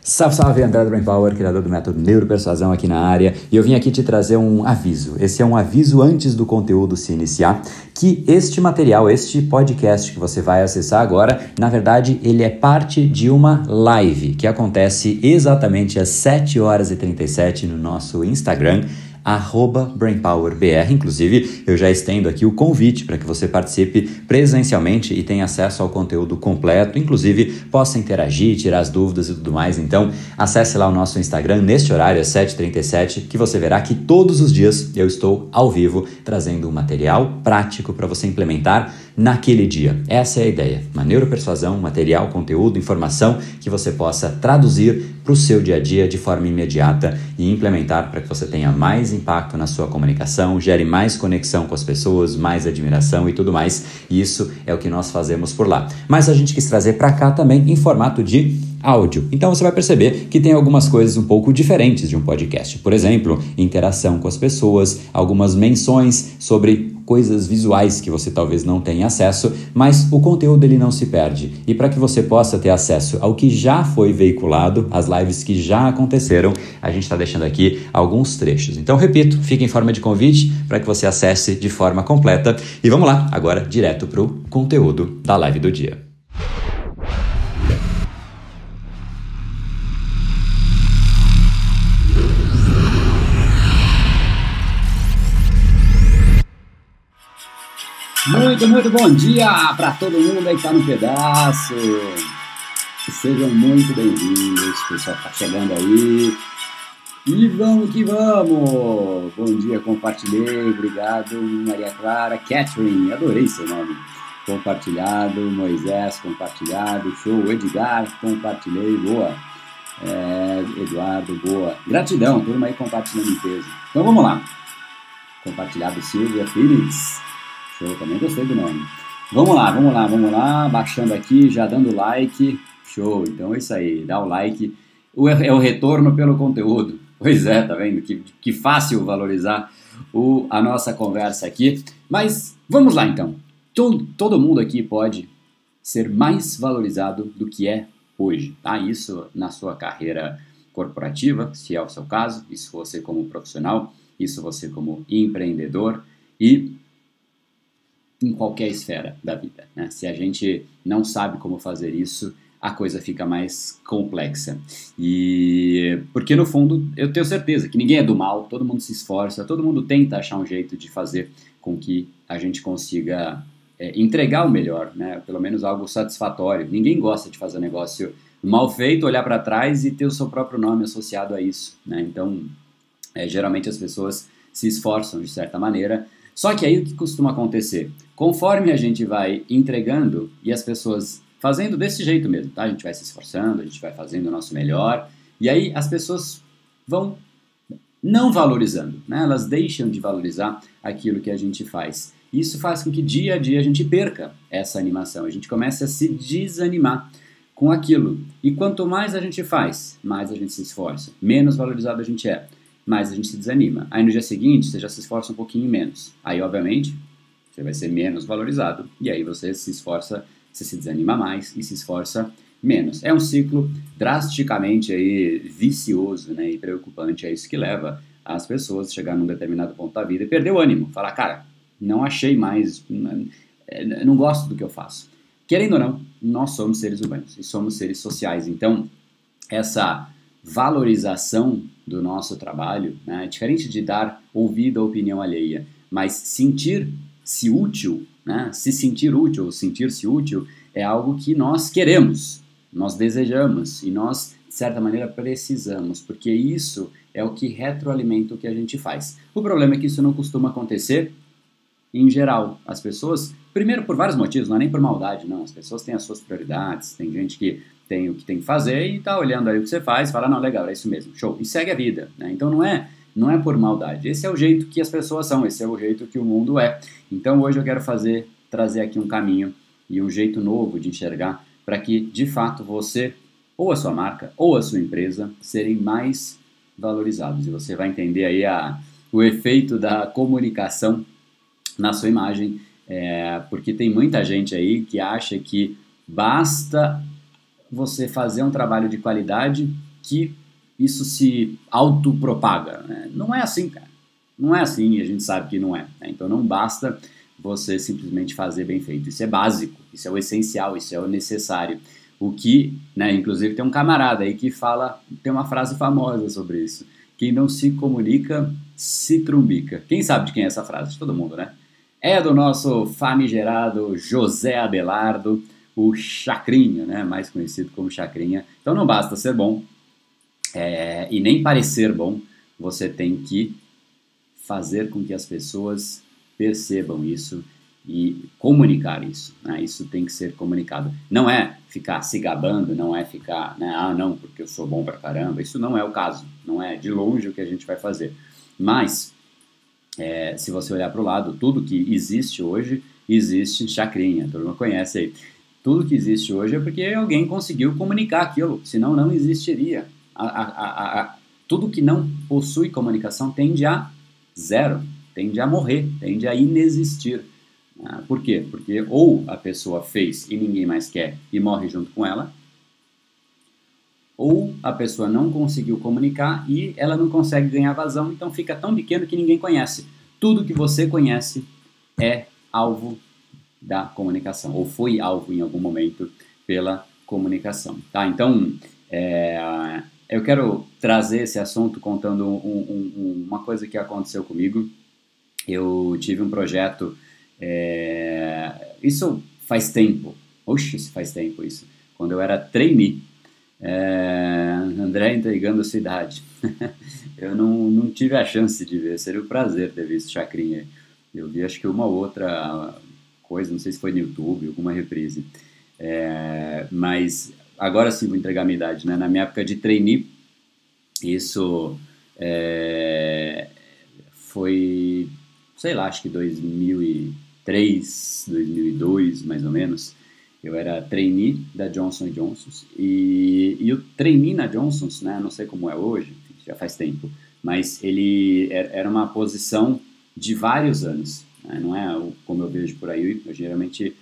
Salve, salve, André do Brain Power, criador do método Neuropersuasão aqui na área, e eu vim aqui te trazer um aviso. Esse é um aviso antes do conteúdo se iniciar, que este material, este podcast que você vai acessar agora, na verdade, ele é parte de uma live que acontece exatamente às 7h37 no nosso Instagram, @BrainPowerBR. Inclusive, eu já estendo aqui o convite para que você participe presencialmente e tenha acesso ao conteúdo completo, inclusive possa interagir, tirar as dúvidas e tudo mais. Então, acesse lá o nosso Instagram neste horário, às 7h37, que você verá que todos os dias eu estou ao vivo trazendo um material prático para você implementar naquele dia. Essa é a ideia. Uma neuropersuasão, material, conteúdo, informação que você possa traduzir para o seu dia a dia de forma imediata e implementar para que você tenha mais impacto na sua comunicação, gere mais conexão com as pessoas, mais admiração e tudo mais. E isso é o que nós fazemos por lá. Mas a gente quis trazer para cá também em formato de áudio. Então você vai perceber que tem algumas coisas um pouco diferentes de um podcast. Por exemplo, interação com as pessoas, algumas menções sobre coisas visuais que você talvez não tenha acesso, mas o conteúdo ele não se perde. E para que você possa ter acesso ao que já foi veiculado, as lives que já aconteceram, a gente está deixando aqui alguns trechos. Então, repito, fica em forma de convite para que você acesse de forma completa. E vamos lá, agora direto para o conteúdo da live do dia. Muito bom dia para todo mundo aí que tá no pedaço. Sejam muito bem-vindos, o pessoal tá chegando aí. E vamos que vamos! Bom dia, compartilhei, obrigado, Maria Clara, Catherine, adorei seu nome. Compartilhado, Moisés, compartilhado, show, Edgar, compartilhei, boa. Eduardo, boa. Gratidão, turma aí compartilhando em peso. Então vamos lá. Compartilhado, Silvia, Phoenix. Show, também gostei do nome. Vamos lá, baixando aqui, já dando like. Show, então é isso aí, dá o like. É o retorno pelo conteúdo. Pois é, tá vendo? Que fácil valorizar a nossa conversa aqui. Mas vamos lá então. Todo mundo aqui pode ser mais valorizado do que é hoje, tá? Isso na sua carreira corporativa, se é o seu caso, isso você como profissional, isso você como empreendedor e em qualquer esfera da vida, né? Se a gente não sabe como fazer isso, a coisa fica mais complexa. E porque no fundo eu tenho certeza que ninguém é do mal, todo mundo se esforça, todo mundo tenta achar um jeito de fazer com que a gente consiga entregar o melhor, né? Pelo menos algo satisfatório. Ninguém gosta de fazer um negócio mal feito, olhar para trás e ter o seu próprio nome associado a isso, né? Então, geralmente as pessoas se esforçam de certa maneira. Só que aí o que costuma acontecer? Conforme a gente vai entregando e as pessoas fazendo desse jeito mesmo, tá? A gente vai se esforçando, a gente vai fazendo o nosso melhor e aí as pessoas vão não valorizando, né? Elas deixam de valorizar aquilo que a gente faz. Isso faz com que dia a dia a gente perca essa animação, a gente começa a se desanimar com aquilo. E quanto mais a gente faz, mais a gente se esforça, menos valorizado a gente é. Mas a gente se desanima. Aí no dia seguinte, você já se esforça um pouquinho menos. Aí, obviamente, você vai ser menos valorizado e aí você se esforça, você se desanima mais e se esforça menos. É um ciclo drasticamente aí vicioso, né, e preocupante. É isso que leva as pessoas a chegar num determinado ponto da vida e perder o ânimo. Falar, cara, não achei mais, não gosto do que eu faço. Querendo ou não, nós somos seres humanos e somos seres sociais. Então, essa valorização do nosso trabalho, né? Diferente de dar ouvido à opinião alheia, mas sentir-se útil, né? Se sentir útil ou sentir-se útil é algo que nós queremos, nós desejamos e nós, de certa maneira, precisamos, porque isso é o que retroalimenta o que a gente faz. O problema é que isso não costuma acontecer em geral. As pessoas, primeiro por vários motivos, não é nem por maldade, não. As pessoas têm as suas prioridades, tem gente que tem o que tem que fazer e tá olhando aí o que você faz, fala, não, legal, é isso mesmo, show, e segue a vida, né? Então não é por maldade, esse é o jeito que as pessoas são, esse é o jeito que o mundo é. Então hoje eu quero trazer aqui um caminho e um jeito novo de enxergar para que, de fato, você, ou a sua marca, ou a sua empresa, serem mais valorizados. E você vai entender aí o efeito da comunicação na sua imagem, porque tem muita gente aí que acha que basta você fazer um trabalho de qualidade que isso se autopropaga, né? Não é assim, cara. Não é assim e a gente sabe que não é, né? Então não basta você simplesmente fazer bem feito. Isso é básico, isso é o essencial, isso é o necessário. O que, né, inclusive tem um camarada aí que fala, tem uma frase famosa sobre isso. Quem não se comunica, se trumbica. Quem sabe de quem é essa frase? De todo mundo, né? É do nosso famigerado José Abelardo, o Chacrinha, né? Mais conhecido como Chacrinha. Então não basta ser bom e nem parecer bom, você tem que fazer com que as pessoas percebam isso e comunicar isso, né? Isso tem que ser comunicado. Não é ficar se gabando, não é ficar, né, não, porque eu sou bom pra caramba. Isso não é o caso, não é de longe o que a gente vai fazer. Mas, se você olhar para o lado, tudo que existe hoje, existe Chacrinha, todo mundo conhece aí. Tudo que existe hoje é porque alguém conseguiu comunicar aquilo, senão não existiria. Tudo que não possui comunicação tende a zero, tende a morrer, tende a inexistir. Por quê? Porque ou a pessoa fez e ninguém mais quer e morre junto com ela, ou a pessoa não conseguiu comunicar e ela não consegue ganhar vazão, então fica tão pequeno que ninguém conhece. Tudo que você conhece é alvo da comunicação, ou foi alvo em algum momento pela comunicação. Tá? Então, eu quero trazer esse assunto contando uma coisa que aconteceu comigo. Eu tive um projeto, isso faz tempo, isso faz tempo isso, quando eu era trainee. André entregando a sua idade. Eu não tive a chance de ver, seria um prazer ter visto Chacrinha. Eu vi acho que uma outra coisa, não sei se foi no YouTube, alguma reprise. Mas agora sim vou entregar a minha idade, né? Na minha época de trainee, isso foi, sei lá, acho que 2003, 2002, mais ou menos. Eu era trainee da Johnson & Johnson e o trainee na Johnson, né, não sei como é hoje, já faz tempo, mas ele era uma posição de vários anos, né, não é como eu vejo por aí. Geralmente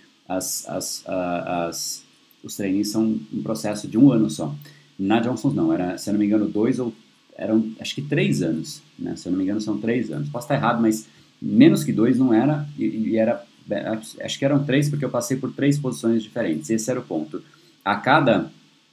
os trainees são um processo de um ano só. Na Johnson não, era, se eu não me engano, acho que 3 anos, né, se eu não me engano são 3 anos, posso estar errado, mas menos que 2 não era, e era, acho que eram 3 porque eu passei por 3 posições diferentes. Esse era o ponto. A cada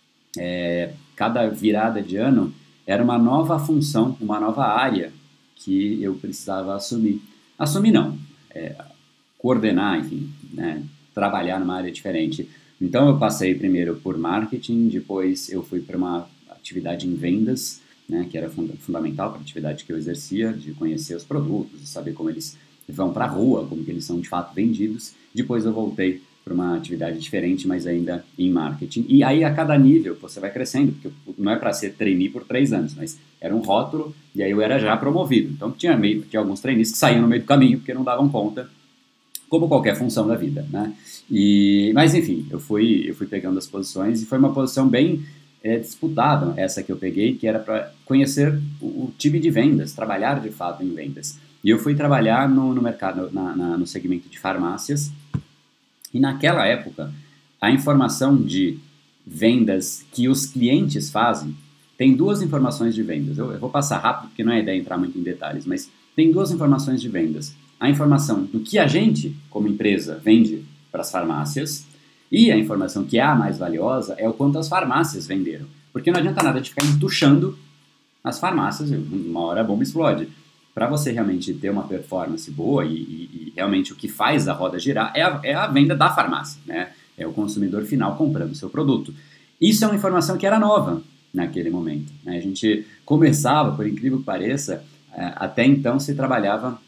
virada de ano era uma nova função, uma nova área que eu precisava assumir. Assumir não, coordenar, enfim, né, trabalhar numa área diferente. Então eu passei primeiro por marketing, depois eu fui para uma atividade em vendas, né, que era fundamental para a atividade que eu exercia, de conhecer os produtos, de saber como eles vão para a rua, como que eles são de fato vendidos. Depois eu voltei para uma atividade diferente, mas ainda em marketing. E aí a cada nível você vai crescendo, porque não é para ser trainee por 3 anos, mas era um rótulo e aí eu era já promovido. Então tinha alguns trainees que saíam no meio do caminho porque não davam conta, como qualquer função da vida, né? Mas enfim, eu fui pegando as posições e foi uma posição bem disputada, essa que eu peguei, que era para conhecer o time de vendas, trabalhar de fato em vendas. E eu fui trabalhar no mercado, no segmento de farmácias. E naquela época, a informação de vendas que os clientes fazem, tem 2 informações de vendas. Eu vou passar rápido, porque não é ideia entrar muito em detalhes, mas tem 2 informações de vendas. A informação do que a gente, como empresa, vende para as farmácias, e a informação que é a mais valiosa é o quanto as farmácias venderam. Porque não adianta nada de ficar entuchando as farmácias, uma hora a bomba explode. Para você realmente ter uma performance boa e realmente o que faz a roda girar é a venda da farmácia, né? É o consumidor final comprando o seu produto. Isso é uma informação que era nova naquele momento, né? A gente começava, por incrível que pareça, até então se trabalhava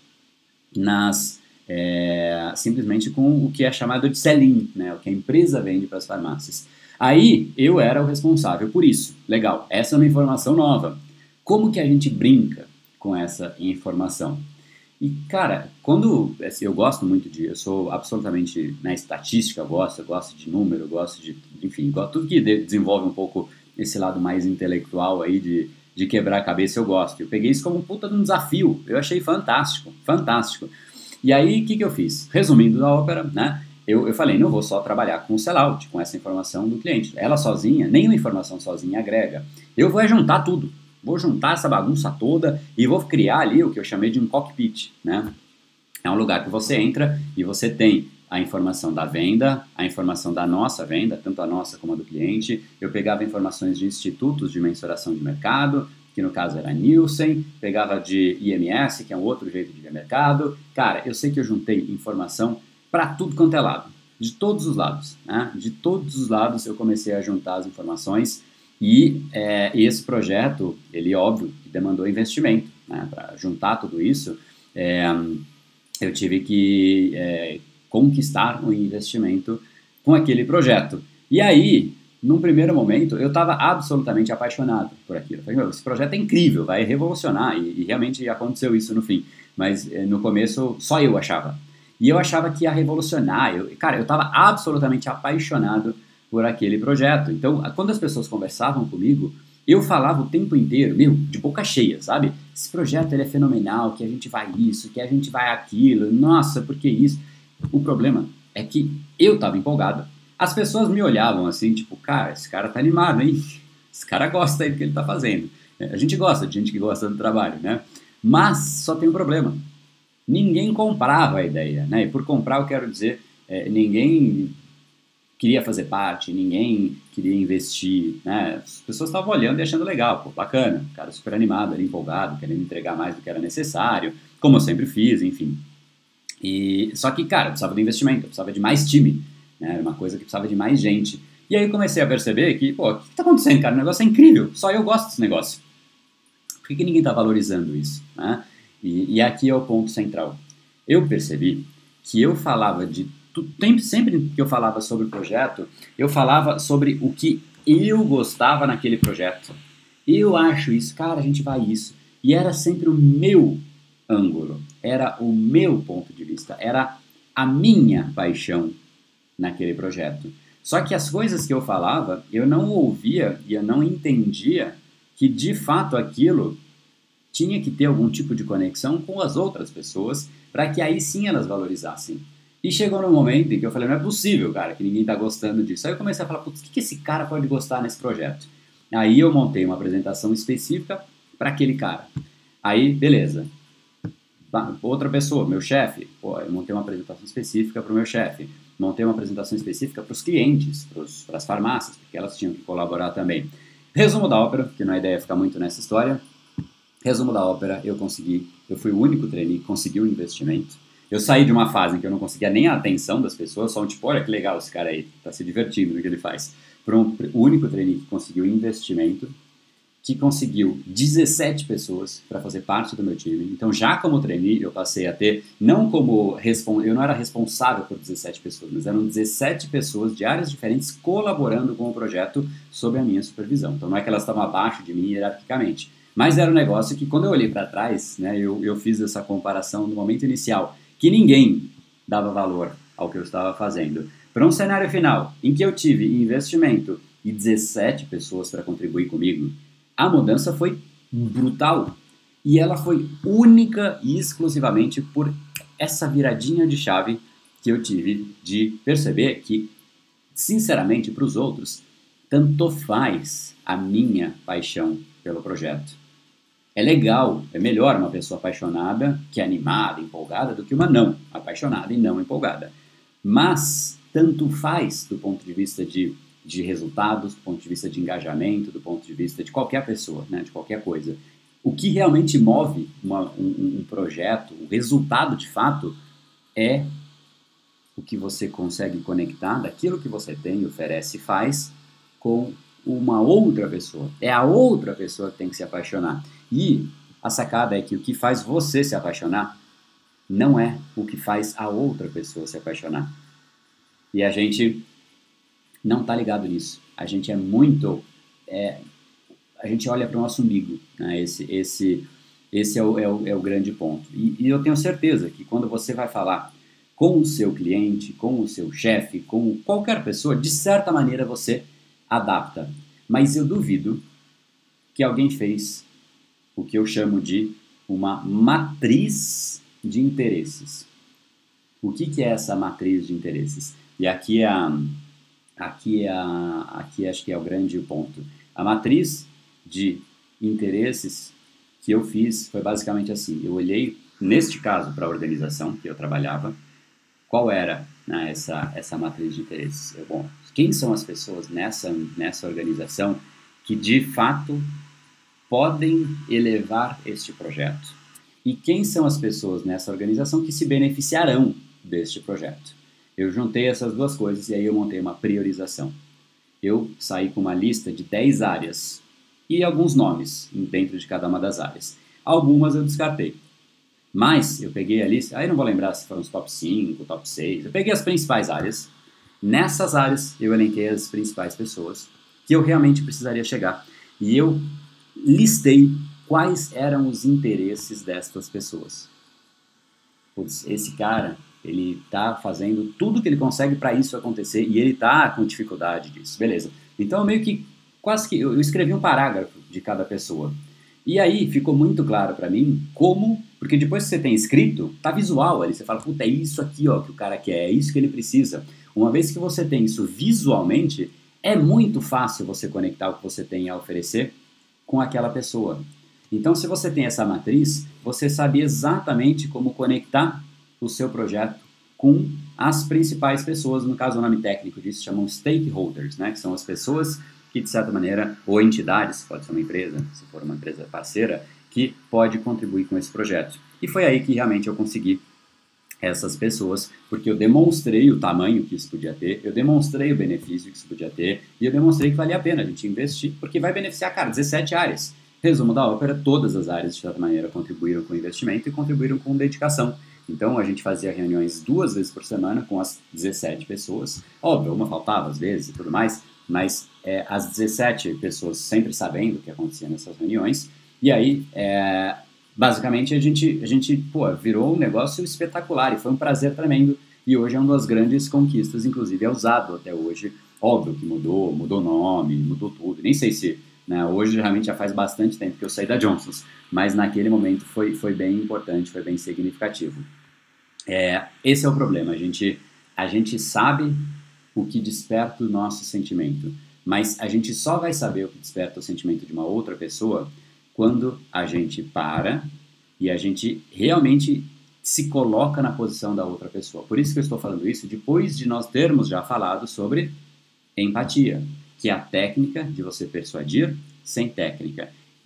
simplesmente com o que é chamado de sell-in, né? O que a empresa vende para as farmácias. Aí eu era o responsável por isso. Legal, essa é uma informação nova. Como que a gente brinca com essa informação? E, cara, eu gosto muito eu sou absolutamente, né, estatística, eu gosto de número, eu gosto de, enfim, tudo que desenvolve um pouco esse lado mais intelectual aí de quebrar a cabeça, eu gosto. Eu peguei isso como um puta de um desafio, eu achei fantástico, fantástico. E aí, o que eu fiz? Resumindo da ópera, né, eu falei, não vou só trabalhar com o sellout, com essa informação do cliente. Ela sozinha, nenhuma informação sozinha agrega. Eu vou juntar tudo. Vou juntar essa bagunça toda e vou criar ali o que eu chamei de um cockpit, né? É um lugar que você entra e você tem a informação da venda, a informação da nossa venda, tanto a nossa como a do cliente. Eu pegava informações de institutos de mensuração de mercado, que no caso era Nielsen, pegava de IMS, que é um outro jeito de ver mercado. Cara, eu sei que eu juntei informação para tudo quanto é lado, de todos os lados, né? De todos os lados eu comecei a juntar as informações e esse projeto, ele óbvio, demandou investimento, né? Para juntar tudo isso, eu tive que conquistar um investimento com aquele projeto. E aí, num primeiro momento, eu estava absolutamente apaixonado por aquilo. Eu falei, meu, esse projeto é incrível, vai revolucionar, e realmente aconteceu isso no fim. Mas no começo, só eu achava. E eu achava que ia revolucionar. Cara, eu estava absolutamente apaixonado por aquele projeto. Então, quando as pessoas conversavam comigo, eu falava o tempo inteiro, meu, de boca cheia, sabe? Esse projeto ele é fenomenal, que a gente vai isso, que a gente vai aquilo, nossa, por que isso? O problema é que eu estava empolgado. As pessoas me olhavam assim, tipo, cara, esse cara tá animado, hein? Esse cara gosta aí do que ele tá fazendo. A gente gosta de gente que gosta do trabalho, né? Mas só tem um problema. Ninguém comprava a ideia, né? E por comprar eu quero dizer, ninguém queria fazer parte, ninguém queria investir, né? As pessoas estavam olhando e achando legal, pô, bacana, o cara super animado, ali empolgado, querendo entregar mais do que era necessário, como eu sempre fiz, enfim. Só que, cara, eu precisava de investimento, eu precisava de mais time, né? Era uma coisa que precisava de mais gente. E aí eu comecei a perceber que, pô, o que tá acontecendo, cara? O negócio é incrível, só eu gosto desse negócio. Por que ninguém tá valorizando isso, né? E aqui é o ponto central. Eu percebi que eu falava sempre que eu falava sobre o projeto, eu falava sobre o que eu gostava naquele projeto. Eu acho isso, cara, a gente vai isso. E era sempre o meu ângulo, era o meu ponto de vista, era a minha paixão naquele projeto. Só que as coisas que eu falava, eu não ouvia e eu não entendia que de fato aquilo tinha que ter algum tipo de conexão com as outras pessoas para que aí sim elas valorizassem. E chegou num momento em que eu falei, não é possível, cara, que ninguém tá gostando disso. Aí eu comecei a falar, putz, o que esse cara pode gostar nesse projeto? Aí eu montei uma apresentação específica para aquele cara. Aí, beleza. Outra pessoa, meu chefe, eu montei uma apresentação específica para o meu chefe. Montei uma apresentação específica para os clientes, para as farmácias, porque elas tinham que colaborar também. Resumo da ópera, que não é ideia ficar muito nessa história. Resumo da ópera, eu fui o único trainee que conseguiu o investimento. Eu saí de uma fase em que eu não conseguia nem a atenção das pessoas, só um tipo, olha que legal esse cara aí, tá se divertindo no que ele faz. Para o único trainee que conseguiu investimento, que conseguiu 17 pessoas para fazer parte do meu time. Então, já como trainee, eu passei a ter, eu não era responsável por 17 pessoas, mas eram 17 pessoas de áreas diferentes colaborando com o projeto sob a minha supervisão. Então, não é que elas estavam abaixo de mim hierarquicamente, mas era um negócio que, quando eu olhei para trás, né, eu fiz essa comparação no momento inicial, que ninguém dava valor ao que eu estava fazendo. Para um cenário final, em que eu tive investimento e 17 pessoas para contribuir comigo, a mudança foi brutal. E ela foi única e exclusivamente por essa viradinha de chave que eu tive de perceber que, sinceramente, para os outros, tanto faz a minha paixão pelo projeto. É legal, é melhor uma pessoa apaixonada, que é animada, empolgada, do que uma não apaixonada e não empolgada. Mas tanto faz do ponto de vista de resultados, do ponto de vista de engajamento, do ponto de vista de qualquer pessoa, né, de qualquer coisa. O que realmente move um projeto, o resultado de fato, é o que você consegue conectar daquilo que você tem, oferece e faz com uma outra pessoa. É a outra pessoa que tem que se apaixonar. E a sacada é que o que faz você se apaixonar não é o que faz a outra pessoa se apaixonar. E a gente não está ligado nisso. A gente é muito... a gente olha para o nosso umbigo, né? Esse é o grande ponto. E eu tenho certeza que quando você vai falar com o seu cliente, com o seu chefe, com qualquer pessoa, de certa maneira você adapta. Mas eu duvido que alguém fez o que eu chamo de uma matriz de interesses. O que é essa matriz de interesses? E aqui acho que é o grande ponto. A matriz de interesses que eu fiz foi basicamente assim. Eu olhei, neste caso, para a organização que eu trabalhava, qual era, né, essa matriz de interesses. Bom, quem são as pessoas nessa organização que de fato podem elevar este projeto? E quem são as pessoas nessa organização que se beneficiarão deste projeto? Eu juntei essas duas coisas e aí eu montei uma priorização. Eu saí com uma lista de 10 áreas e alguns nomes dentro de cada uma das áreas. Algumas eu descartei. Mas eu peguei a lista, aí não vou lembrar se foram os top 5, top 6, eu peguei as principais áreas. Nessas áreas eu elenquei as principais pessoas que eu realmente precisaria chegar. E eu listei quais eram os interesses destas pessoas. Putz, esse cara, ele tá fazendo tudo que ele consegue para isso acontecer e ele tá com dificuldade disso, beleza. Então meio que, quase que, eu escrevi um parágrafo de cada pessoa. E aí ficou muito claro para mim como, porque depois que você tem escrito, tá visual ali, você fala, puta, é isso aqui ó, que o cara quer, é isso que ele precisa. Uma vez que você tem isso visualmente, é muito fácil você conectar o que você tem a oferecer com aquela pessoa. Então, se você tem essa matriz, você sabe exatamente como conectar o seu projeto com as principais pessoas, no caso o nome técnico disso chamam stakeholders, né, que são as pessoas que, de certa maneira, ou entidades, pode ser uma empresa, se for uma empresa parceira, que pode contribuir com esse projeto. E foi aí que realmente eu consegui essas pessoas, porque eu demonstrei o tamanho que isso podia ter, eu demonstrei o benefício que isso podia ter, e eu demonstrei que valia a pena a gente investir, porque vai beneficiar, cara, 17 áreas. Resumo da ópera, todas as áreas, de certa maneira, contribuíram com o investimento e contribuíram com dedicação. Então, a gente fazia reuniões 2 vezes por semana com as 17 pessoas. Óbvio, uma faltava às vezes e tudo mais, mas as 17 pessoas sempre sabendo o que acontecia nessas reuniões. E aí, basicamente, a gente virou um negócio espetacular e foi um prazer tremendo. E hoje é uma das grandes conquistas, inclusive é usado até hoje. Óbvio que mudou nome, mudou tudo. Nem sei se... Né, hoje realmente já faz bastante tempo que eu saí da Johnson's, mas naquele momento foi bem importante, foi bem significativo. Esse é o problema, a gente sabe o que desperta o nosso sentimento, mas a gente só vai saber o que desperta o sentimento de uma outra pessoa quando a gente para e a gente realmente se coloca na posição da outra pessoa. Por isso que eu estou falando isso depois de nós termos já falado sobre empatia, que é a técnica de você persuadir sem técnica.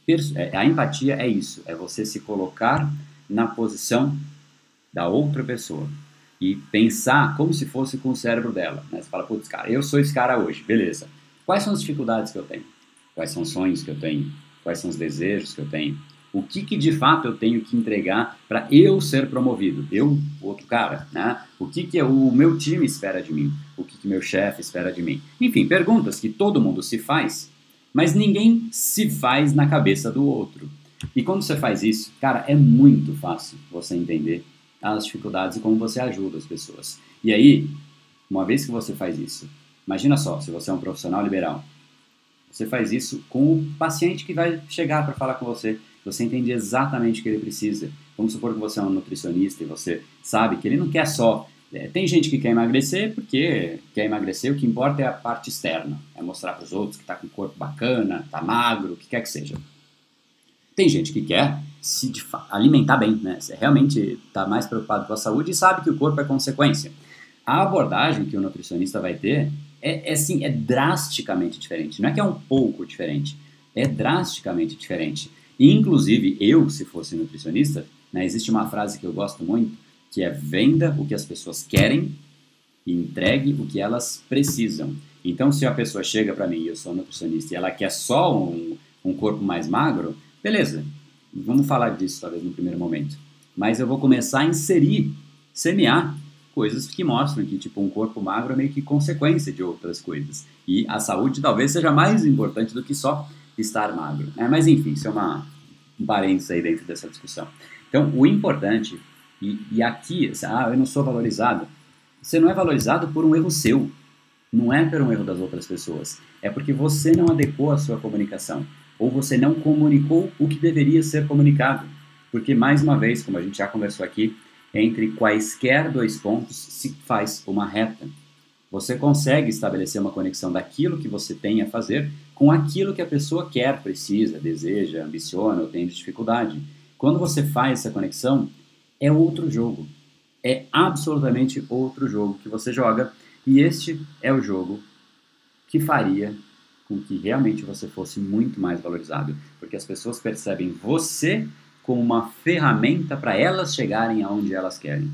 A empatia é isso, é você se colocar na posição da outra pessoa e pensar como se fosse com o cérebro dela. Né? Você fala, putz, cara, eu sou esse cara hoje, beleza. Quais são as dificuldades que eu tenho? Quais são os sonhos que eu tenho? Quais são os desejos que eu tenho? O que de fato eu tenho que entregar para eu ser promovido? Eu, o outro cara, né? O que o meu time espera de mim? O que meu chefe espera de mim? Enfim, perguntas que todo mundo se faz, mas ninguém se faz na cabeça do outro. E quando você faz isso, cara, é muito fácil você entender as dificuldades e como você ajuda as pessoas. E aí, uma vez que você faz isso, imagina só, se você é um profissional liberal, você faz isso com o paciente que vai chegar para falar com você. Você entende exatamente o que ele precisa. Vamos supor que você é um nutricionista e você sabe que ele não quer só... tem gente que quer emagrecer porque quer emagrecer, o que importa é a parte externa. É mostrar para os outros que está com um corpo bacana, está magro, o que quer que seja. Tem gente que quer se alimentar bem, né? Você realmente está mais preocupado com a saúde e sabe que o corpo é consequência. A abordagem que o nutricionista vai ter é drasticamente diferente. Não é que é um pouco diferente, é drasticamente diferente. E, inclusive, eu, se fosse nutricionista, né, existe uma frase que eu gosto muito, que é venda o que as pessoas querem e entregue o que elas precisam. Então, se a pessoa chega para mim, eu sou nutricionista, e ela quer só um corpo mais magro, beleza, vamos falar disso talvez no primeiro momento. Mas eu vou começar a semear coisas que mostram que tipo, um corpo magro é meio que consequência de outras coisas. E a saúde talvez seja mais importante do que só estar magro. Mas enfim, isso é um parênteses aí dentro dessa discussão. Então, o importante, e aqui, eu não sou valorizado. Você não é valorizado por um erro seu. Não é por um erro das outras pessoas. É porque você não adequou a sua comunicação. Ou você não comunicou o que deveria ser comunicado. Porque, mais uma vez, como a gente já conversou aqui, entre quaisquer dois pontos se faz uma reta. Você consegue estabelecer uma conexão daquilo que você tem a fazer com aquilo que a pessoa quer, precisa, deseja, ambiciona ou tem dificuldade. Quando você faz essa conexão, é outro jogo. É absolutamente outro jogo que você joga. E este é o jogo que faria com que realmente você fosse muito mais valorizado. Porque as pessoas percebem você como uma ferramenta para elas chegarem aonde elas querem.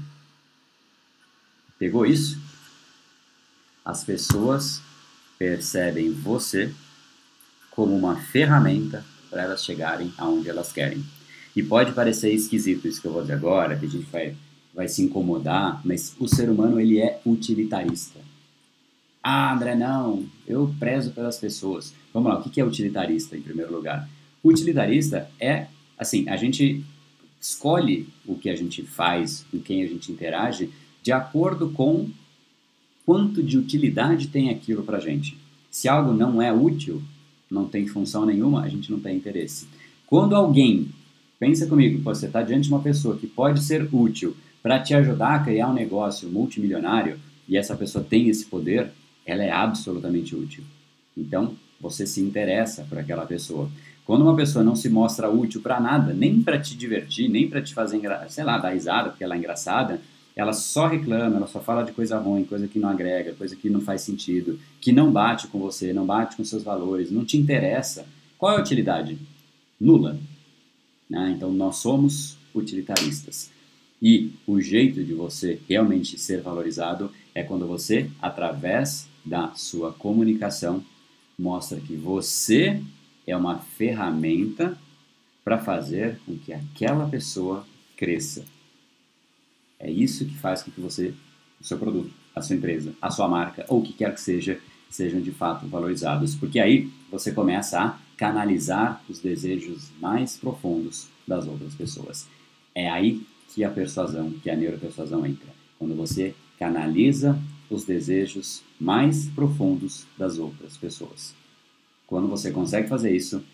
Pegou isso? As pessoas percebem você como uma ferramenta para elas chegarem aonde elas querem. E pode parecer esquisito isso que eu vou dizer agora, que a gente vai se incomodar, mas o ser humano ele é utilitarista. Ah, André, não, eu prezo pelas pessoas. Vamos lá, o que é utilitarista em primeiro lugar? Utilitarista é, assim, a gente escolhe o que a gente faz, com quem a gente interage, de acordo com quanto de utilidade tem aquilo pra gente. Se algo não é útil, não tem função nenhuma, a gente não tem interesse. Quando alguém, pensa comigo, você está diante de uma pessoa que pode ser útil para te ajudar a criar um negócio multimilionário e essa pessoa tem esse poder, ela é absolutamente útil. Então, você se interessa por aquela pessoa. Quando uma pessoa não se mostra útil para nada, nem para te divertir, nem para te fazer, sei lá, dar risada porque ela é engraçada, ela só reclama, ela só fala de coisa ruim, coisa que não agrega, coisa que não faz sentido, que não bate com você, não bate com seus valores, não te interessa. Qual é a utilidade? Nula. Né? Então, nós somos utilitaristas. E o jeito de você realmente ser valorizado é quando você, através da sua comunicação, mostra que você é uma ferramenta para fazer com que aquela pessoa cresça. É isso que faz com que você, o seu produto, a sua empresa, a sua marca, ou o que quer que seja, sejam de fato valorizados. Porque aí você começa a canalizar os desejos mais profundos das outras pessoas. É aí que a persuasão, que a neuropersuasão entra. Quando você canaliza os desejos mais profundos das outras pessoas. Quando você consegue fazer isso,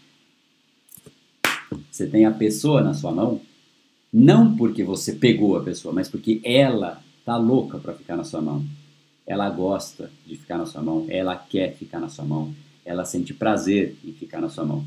você tem a pessoa na sua mão, não porque você pegou a pessoa, mas porque ela tá louca para ficar na sua mão. Ela gosta de ficar na sua mão, ela quer ficar na sua mão, ela sente prazer em ficar na sua mão.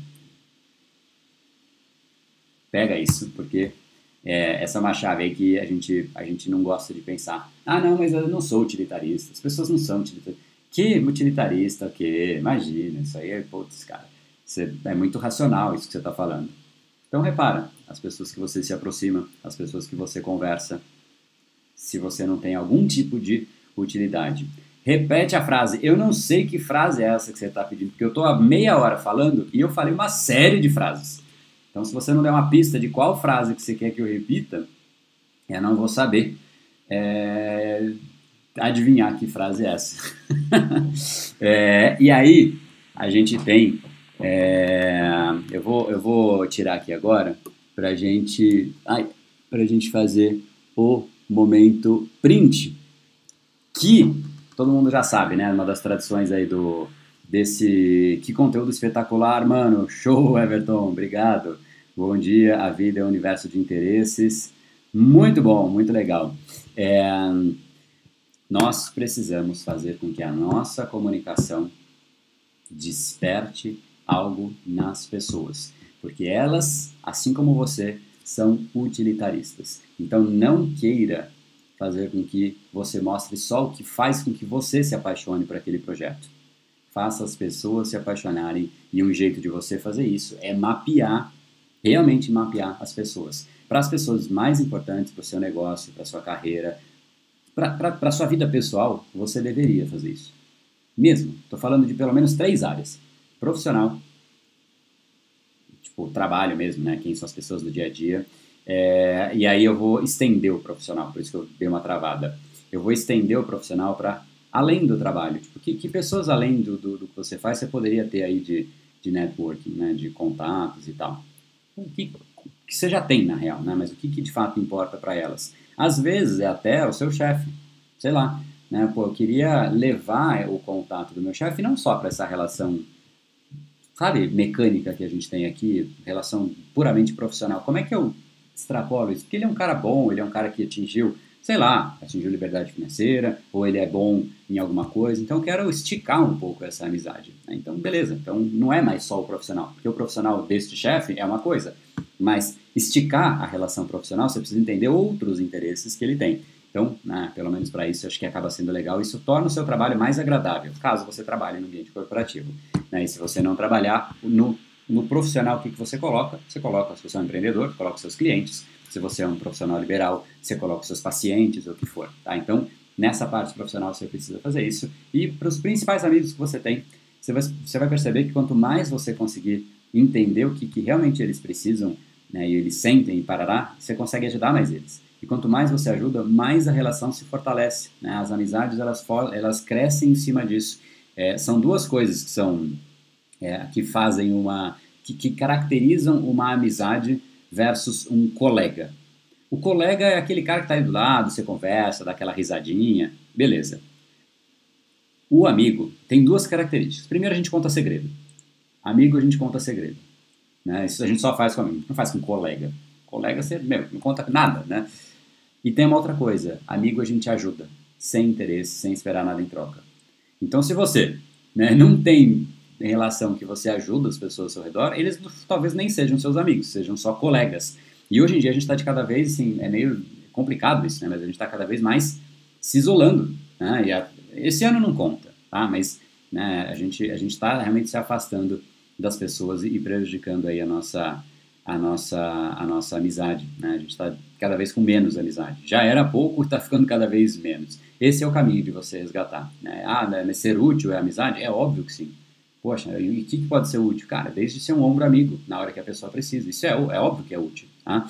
Pega isso, porque essa é uma chave aí que a gente não gosta de pensar. Ah, não, mas eu não sou utilitarista. As pessoas não são utilitaristas. Que utilitarista, que? Imagina, isso aí é, putz, cara, é muito racional isso que você está falando. Então, repara, as pessoas que você se aproxima, as pessoas que você conversa, se você não tem algum tipo de utilidade. Repete a frase. Eu não sei que frase é essa que você está pedindo, porque eu estou há meia hora falando e eu falei uma série de frases. Então, se você não der uma pista de qual frase que você quer que eu repita, eu não vou saber adivinhar que frase é essa. E aí, a gente tem... eu vou tirar aqui agora pra gente fazer o momento print, que todo mundo já sabe, né? Uma das tradições aí desse... Que conteúdo espetacular, mano! Show, Everton! Obrigado! Bom dia, a vida é um universo de interesses. Muito bom, muito legal. Nós precisamos fazer com que a nossa comunicação desperte algo nas pessoas, porque elas, assim como você, são utilitaristas. Então não queira fazer com que você mostre só o que faz com que você se apaixone por aquele projeto. Faça as pessoas se apaixonarem, e um jeito de você fazer isso é mapear, realmente mapear as pessoas. Para as pessoas mais importantes, para o seu negócio, para a sua carreira, para a sua vida pessoal, você deveria fazer isso. Mesmo, estou falando de pelo menos 3 áreas. Profissional, tipo trabalho mesmo, né? Quem são as pessoas do dia a dia. E aí eu vou estender o profissional, por isso que eu dei uma travada. Eu vou estender o profissional para além do trabalho. Tipo, que pessoas além do que você faz você poderia ter aí de networking, né? De contatos e tal. O que você já tem na real, né? Mas o que de fato importa para elas? Às vezes é até o seu chefe, sei lá. Né? Pô, eu queria levar o contato do meu chefe não só para essa relação, sabe, mecânica que a gente tem aqui, relação puramente profissional. Como é que eu extrapolo isso? Porque ele é um cara bom, ele é um cara que atingiu, sei lá, atingiu liberdade financeira, ou ele é bom em alguma coisa, então eu quero esticar um pouco essa amizade. Né? Então, beleza, então não é mais só o profissional, porque o profissional deste chefe é uma coisa, mas esticar a relação profissional, você precisa entender outros interesses que ele tem. Então, né, pelo menos para isso, eu acho que acaba sendo legal. Isso torna o seu trabalho mais agradável, caso você trabalhe no ambiente corporativo. Né? E se você não trabalhar no profissional, o que você coloca? Você coloca, se você é um empreendedor, coloca os seus clientes. Se você é um profissional liberal, você coloca os seus pacientes, ou o que for. Tá? Então, nessa parte profissional, você precisa fazer isso. E para os principais amigos que você tem, você vai perceber que quanto mais você conseguir entender o que realmente eles precisam, né, e eles sentem e parará, você consegue ajudar mais eles. E quanto mais você ajuda, mais a relação se fortalece. Né? As amizades, elas crescem em cima disso. São duas coisas que fazem que caracterizam uma amizade versus um colega. O colega é aquele cara que está ali do lado, você conversa, dá aquela risadinha, beleza. O amigo tem duas características. Primeiro, a gente conta segredo. Amigo, a gente conta segredo. Né? Isso a gente só faz com amigo, não faz com colega. Colega, você, não conta nada, né? E tem uma outra coisa, amigo a gente ajuda, sem interesse, sem esperar nada em troca. Então se você, né, não tem relação que você ajuda as pessoas ao seu redor, eles talvez nem sejam seus amigos, sejam só colegas. E hoje em dia a gente está de cada vez, assim, é meio complicado isso, né, mas a gente está cada vez mais se isolando. Né, esse ano não conta, tá, mas né, a gente está realmente se afastando das pessoas e prejudicando aí a nossa amizade, né? A gente está cada vez com menos amizade. Já era pouco, está ficando cada vez menos. Esse é o caminho de você resgatar. Né? Mas ser útil é amizade? É óbvio que sim. Poxa, e o que pode ser útil? Cara, desde ser um ombro amigo, na hora que a pessoa precisa. Isso é óbvio que é útil. Tá?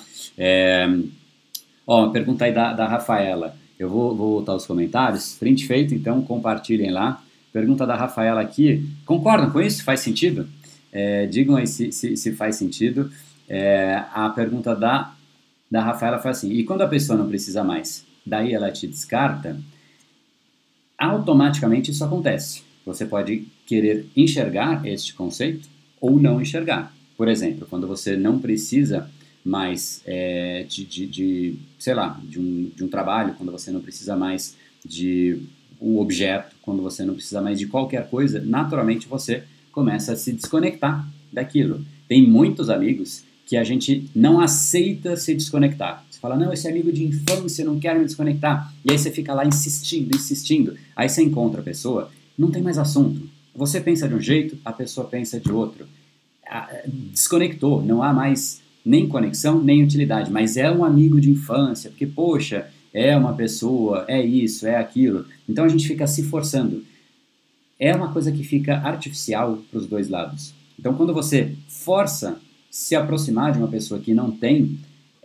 Uma pergunta aí da Rafaela. Eu vou voltar aos comentários. Print feito, então compartilhem lá. Pergunta da Rafaela aqui. Concordam com isso? Faz sentido? Digam aí se faz sentido. A pergunta da Rafaela foi assim, e quando a pessoa não precisa mais, daí ela te descarta, automaticamente isso acontece. Você pode querer enxergar este conceito ou não enxergar. Por exemplo, quando você não precisa mais de um trabalho, quando você não precisa mais de um objeto, quando você não precisa mais de qualquer coisa, naturalmente você começa a se desconectar daquilo. Tem muitos amigos que a gente não aceita se desconectar. Você fala, não, esse amigo de infância, não quero me desconectar. E aí você fica lá insistindo. Aí você encontra a pessoa, não tem mais assunto. Você pensa de um jeito, a pessoa pensa de outro. Desconectou, não há mais nem conexão, nem utilidade. Mas é um amigo de infância, porque, poxa, é uma pessoa, é isso, é aquilo. Então a gente fica se forçando. É uma coisa que fica artificial para os dois lados. Então quando você força se aproximar de uma pessoa que não tem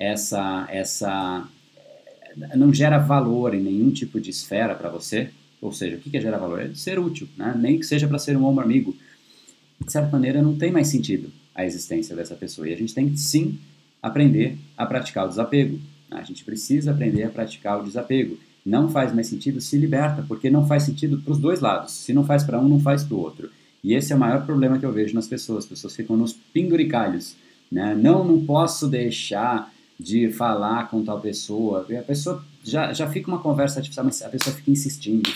não gera valor em nenhum tipo de esfera para você, ou seja, o que é gerar valor? É ser útil, né? Nem que seja para ser um ombro amigo. De certa maneira, não tem mais sentido a existência dessa pessoa. E a gente tem que, sim, aprender a praticar o desapego. A gente precisa aprender a praticar o desapego. Não faz mais sentido, se liberta, porque não faz sentido para os dois lados. Se não faz para um, não faz para o outro. E esse é o maior problema que eu vejo nas pessoas. As pessoas ficam nos penduricalhos. Né? Não posso deixar de falar com tal pessoa. E a pessoa já fica uma conversa artificial, mas a pessoa fica insistindo,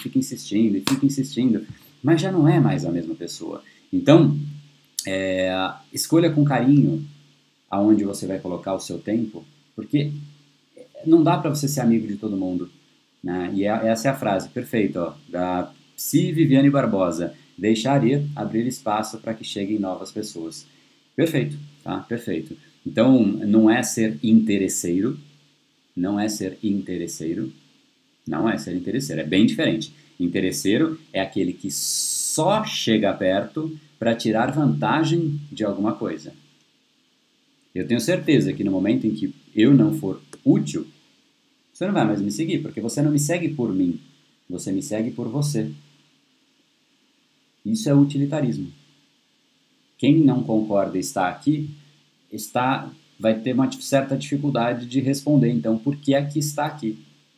mas já não é mais a mesma pessoa. Então, escolha com carinho aonde você vai colocar o seu tempo, porque não dá para você ser amigo de todo mundo. Né? E essa é a frase perfeita, da Psi Viviane Barbosa. Deixar ir, abrir espaço para que cheguem novas pessoas. Perfeito, tá? Perfeito. Então, não é ser interesseiro, é bem diferente. Interesseiro é aquele que só chega perto para tirar vantagem de alguma coisa. Eu tenho certeza que no momento em que eu não for útil, você não vai mais me seguir, porque você não me segue por mim, você me segue por você. Isso é utilitarismo. Quem não concorda e está aqui, vai ter uma certa dificuldade de responder, então, por que é que está aqui?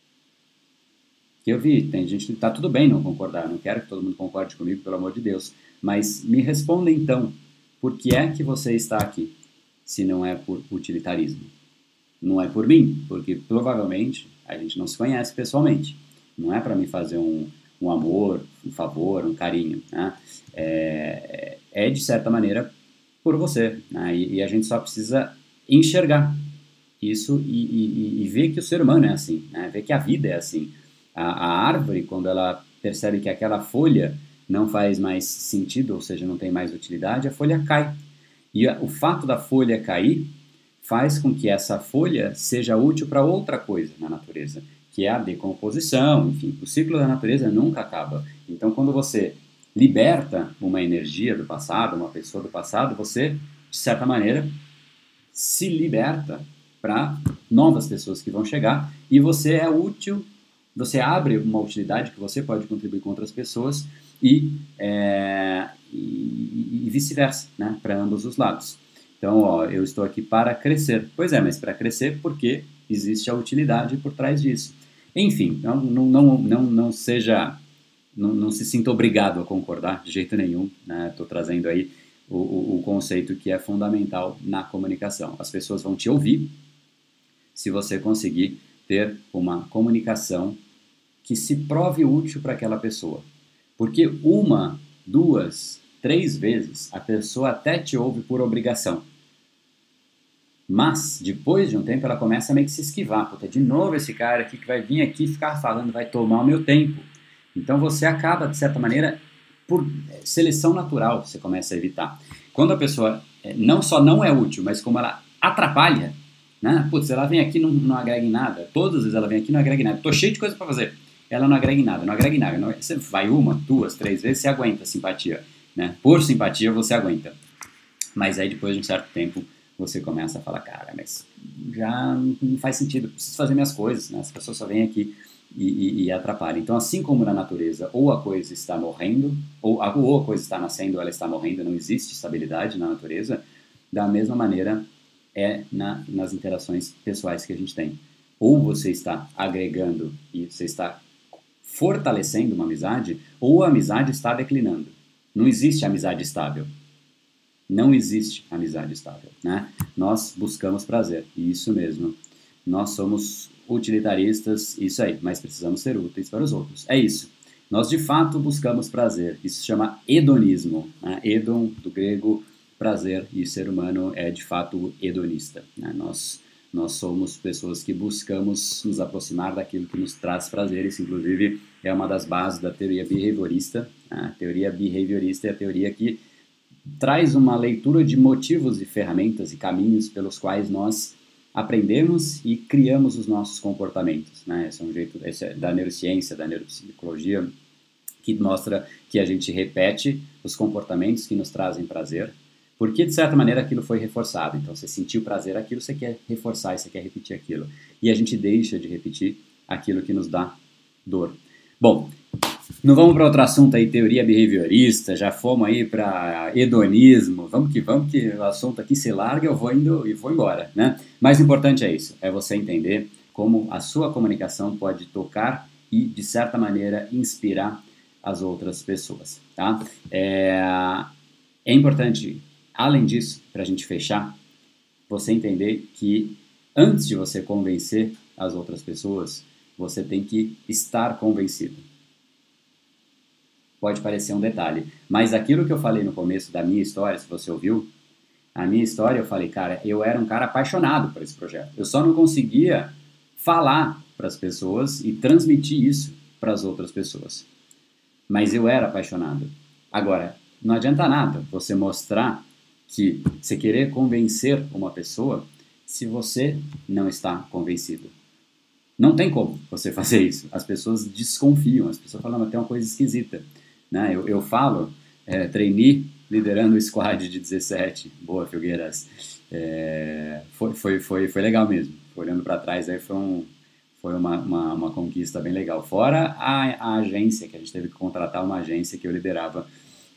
Eu vi, tem gente que está tudo bem não concordar, não quero que todo mundo concorde comigo, pelo amor de Deus, mas me responda então, por que é que você está aqui, se não é por utilitarismo? não é por mim, porque provavelmente a gente não se conhece pessoalmente. Não é para me fazer um amor, um favor, um carinho, né? É de certa maneira por você, né? E a gente só precisa enxergar isso e ver que o ser humano é assim, né? Ver que a vida é assim. A árvore, quando ela percebe que aquela folha não faz mais sentido, ou seja, não tem mais utilidade, a folha cai. E o fato da folha cair faz com que essa folha seja útil para outra coisa na natureza, que é a decomposição, enfim, o ciclo da natureza nunca acaba. Então, quando você liberta uma energia do passado, uma pessoa do passado, você, de certa maneira, se liberta para novas pessoas que vão chegar e você é útil, você abre uma utilidade que você pode contribuir com outras pessoas e vice-versa, né, para ambos os lados. Então, ó, eu estou aqui para crescer. Pois é, mas para crescer porque existe a utilidade por trás disso. Enfim, não seja, não se sinta obrigado a concordar de jeito nenhum, né? Estou trazendo aí o conceito que é fundamental na comunicação. As pessoas vão te ouvir se você conseguir ter uma comunicação que se prove útil para aquela pessoa. Porque 1, 2, 3 vezes a pessoa até te ouve por obrigação. Mas, depois de um tempo, ela começa a meio que se esquivar. Puta, de novo esse cara aqui que vai vir aqui ficar falando, vai tomar o meu tempo. Então você acaba, de certa maneira, por seleção natural, você começa a evitar. Quando a pessoa não só não é útil, mas como ela atrapalha, né? Putz, ela vem aqui e não agrega em nada. Todas as vezes ela vem aqui e não agrega em nada. Tô cheio de coisa para fazer. Ela não agrega em nada, não agrega em nada. Você vai 1, 2, 3 vezes, você aguenta a simpatia, né? Por simpatia você aguenta. Mas aí depois de um certo tempo você começa a falar, cara, mas já não faz sentido, preciso fazer minhas coisas, né? As pessoas só vêm aqui e atrapalham. Então, assim como na natureza, ou a coisa está morrendo, ou a coisa está nascendo, ou ela está morrendo, não existe estabilidade na natureza, da mesma maneira nas interações pessoais que a gente tem. Ou você está agregando e você está fortalecendo uma amizade, ou a amizade está declinando. Não existe amizade estável. Não existe amizade estável, né? Nós buscamos prazer, isso mesmo. Nós somos utilitaristas, isso aí, mas precisamos ser úteis para os outros. É isso. Nós, de fato, buscamos prazer. Isso se chama hedonismo, né? Hedon, do grego, prazer, e o ser humano é, de fato, hedonista, né? Nós somos pessoas que buscamos nos aproximar daquilo que nos traz prazer. Isso, inclusive, é uma das bases da teoria behaviorista. A teoria behaviorista é a teoria que traz uma leitura de motivos e ferramentas e caminhos pelos quais nós aprendemos e criamos os nossos comportamentos, né? Esse é da neurociência, da neuropsicologia, que mostra que a gente repete os comportamentos que nos trazem prazer, porque, de certa maneira, aquilo foi reforçado. Então, você sentiu prazer aquilo, você quer reforçar, você quer repetir aquilo. E a gente deixa de repetir aquilo que nos dá dor. Bom, não vamos para outro assunto aí, teoria behaviorista, já fomos aí para hedonismo, vamos que o assunto aqui se larga, eu vou indo e vou embora, né? Mais importante é isso, é você entender como a sua comunicação pode tocar e, de certa maneira, inspirar as outras pessoas, tá? É importante, além disso, para a gente fechar, você entender que antes de você convencer as outras pessoas, você tem que estar convencido. Pode parecer um detalhe, mas aquilo que eu falei no começo da minha história, se você ouviu, a minha história, eu falei, cara, eu era um cara apaixonado por esse projeto. Eu só não conseguia falar para as pessoas e transmitir isso para as outras pessoas. Mas eu era apaixonado. Agora, não adianta nada você mostrar que você querer convencer uma pessoa se você não está convencido. Não tem como você fazer isso. As pessoas desconfiam, as pessoas falam até uma coisa esquisita. Né? Eu falo, trainee liderando o squad de 17. Boa, Filgueiras. Foi legal mesmo. Olhando para trás, aí foi uma conquista bem legal. Fora a agência, que a gente teve que contratar uma agência que eu liderava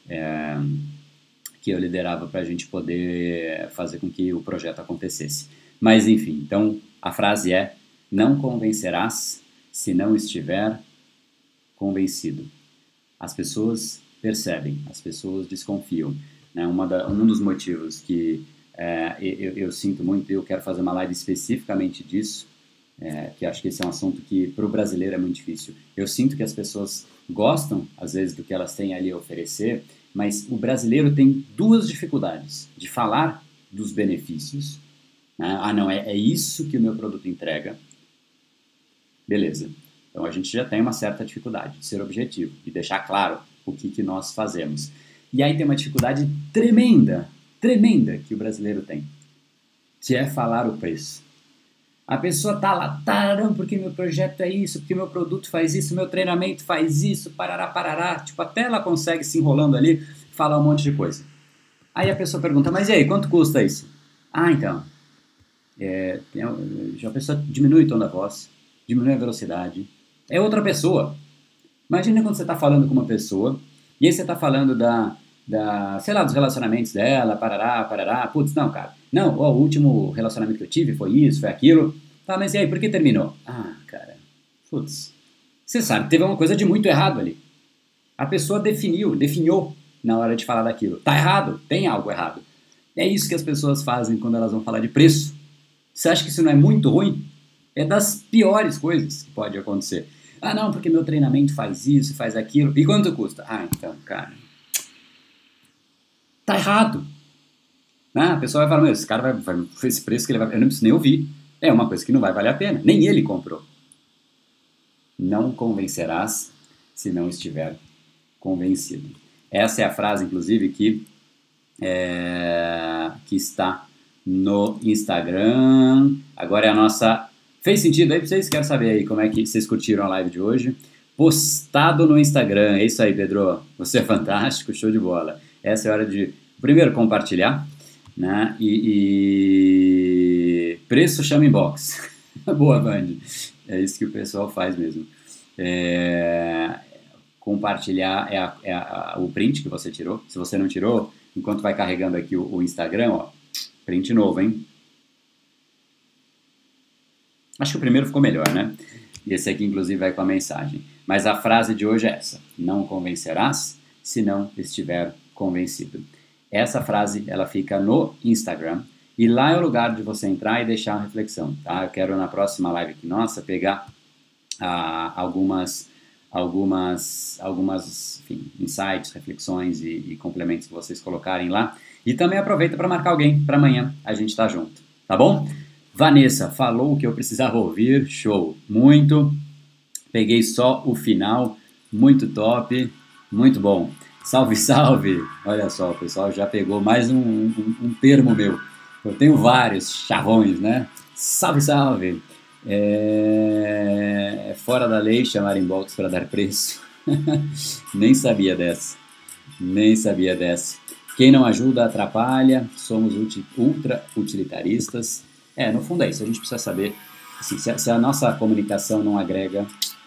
para a gente poder fazer com que o projeto acontecesse. Mas, enfim, então a frase é: não convencerás se não estiver convencido. As pessoas percebem, as pessoas desconfiam, né? Um dos motivos que Eu sinto muito, eu quero fazer uma live especificamente disso, que acho que esse é um assunto que para o brasileiro é muito difícil. Eu sinto que as pessoas gostam, às vezes, do que elas têm ali a oferecer, mas o brasileiro tem duas dificuldades: de falar dos benefícios, né? Ah, não, é isso que o meu produto entrega. Beleza. Então a gente já tem uma certa dificuldade de ser objetivo e deixar claro o que nós fazemos. E aí tem uma dificuldade tremenda, tremenda que o brasileiro tem, que é falar o preço. A pessoa tá lá, não, porque meu projeto é isso, porque meu produto faz isso, meu treinamento faz isso, parará, parará. Tipo, até ela consegue se enrolando ali, falar um monte de coisa. Aí a pessoa pergunta, mas e aí, quanto custa isso? Ah, então, já a pessoa diminui o tom da voz, diminui a velocidade. É outra pessoa. Imagina quando você está falando com uma pessoa, e aí você está falando sei lá, dos relacionamentos dela, parará, parará. Putz, não, cara. Não, o último relacionamento que eu tive foi isso, foi aquilo. Tá, mas e aí, por que terminou? Ah, cara, putz. Você sabe que teve uma coisa de muito errado ali. A pessoa definhou na hora de falar daquilo. Tá errado, tem algo errado. É isso que as pessoas fazem quando elas vão falar de preço. Você acha que isso não é muito ruim? É das piores coisas que pode acontecer. Ah, não, porque meu treinamento faz isso, faz aquilo. E quanto custa? Ah, então, cara, tá errado. Ah, a pessoa vai falar, meu, esse cara vai esse preço que ele vai... Eu não preciso nem ouvir. É uma coisa que não vai valer a pena. Nem ele comprou. Não convencerás se não estiver convencido. Essa é a frase, inclusive, que está no Instagram. Agora é a nossa... Fez sentido aí pra vocês? Quero saber aí como é que vocês curtiram a live de hoje. Postado no Instagram. É isso aí, Pedro. Você é fantástico, show de bola. Essa é a hora de, primeiro, compartilhar, né? E preço chama inbox. Boa, Band. É isso que o pessoal faz mesmo. Compartilhar o print que você tirou. Se você não tirou, enquanto vai carregando aqui o Instagram, ó, print novo, hein? Acho que o primeiro ficou melhor, né? E esse aqui, inclusive, vai com a mensagem. Mas a frase de hoje é essa: não convencerás se não estiver convencido. Essa frase, ela fica no Instagram. E lá é o lugar de você entrar e deixar uma reflexão, tá? Eu quero, na próxima live aqui nossa, pegar algumas enfim, insights, reflexões e complementos que vocês colocarem lá. E também aproveita para marcar alguém para amanhã a gente tá junto, tá bom? Vanessa, falou o que eu precisava ouvir, show, muito, peguei só o final, muito top, muito bom. Salve, salve, olha só, o pessoal já pegou mais um termo meu, eu tenho vários chavões, né? Salve, salve, fora da lei chamar inbox para dar preço, nem sabia dessa. Quem não ajuda atrapalha, somos ultra utilitaristas. No fundo é isso, a gente precisa saber, assim, se a nossa comunicação não agrega,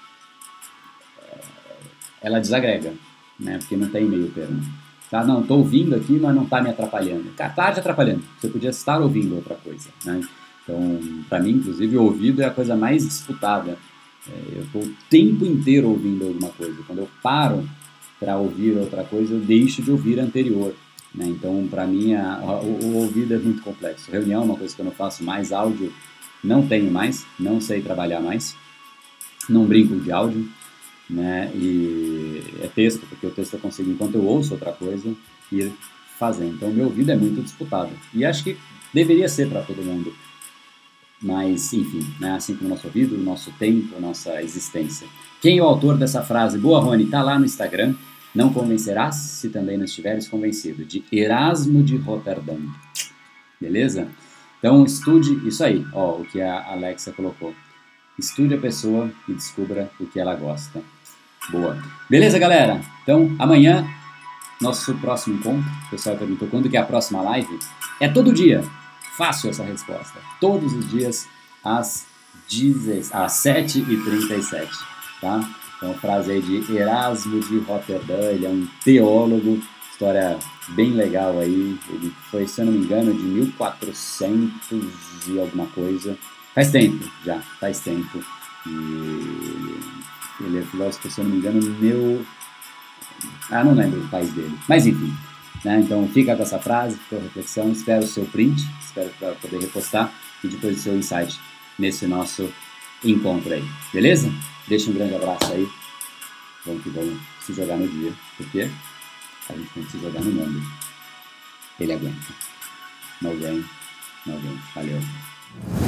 ela desagrega, né? Porque não tem meio termo. Tá? Não, estou ouvindo aqui, mas não está me atrapalhando. Está te atrapalhando, você podia estar ouvindo outra coisa, né? Então, para mim, inclusive, o ouvido é a coisa mais disputada. Eu estou o tempo inteiro ouvindo alguma coisa. Quando eu paro para ouvir outra coisa, eu deixo de ouvir a anterior. Né? Então, para mim, o ouvido é muito complexo. Reunião é uma coisa que eu não faço mais, áudio não tenho mais, não sei trabalhar mais, não brinco de áudio, né? E é texto, porque o texto eu consigo, enquanto eu ouço outra coisa, ir fazendo. Então, meu ouvido é muito disputado. E acho que deveria ser para todo mundo. Mas, enfim, né? Assim como o nosso ouvido, o nosso tempo, a nossa existência. Quem é o autor dessa frase? Boa, Rony, tá lá no Instagram. Não convencerás se também não estiveres convencido. De Erasmo de Roterdã. Beleza? Então, estude isso aí, ó, o que a Alexa colocou. Estude a pessoa e descubra o que ela gosta. Boa. Beleza, galera? Então, amanhã, nosso próximo encontro. O pessoal perguntou quando que é a próxima live. É todo dia. Fácil essa resposta. Todos os dias, às 7h37, tá? Então, frase aí de Erasmo de Roterdã, ele é um teólogo, história bem legal aí, ele foi, se eu não me engano, de 1400 e alguma coisa, faz tempo, e ele é filósofo, se eu não me engano, não lembro o país dele, mas enfim, né? Então fica com essa frase, fica a reflexão, espero o seu print, espero para poder repostar e depois o seu insight nesse nosso encontro aí, beleza? Deixa um grande abraço aí, vamos que vamos se jogar no dia, porque a gente tem que se jogar no mundo, ele aguenta. No rain, no rain. Valeu.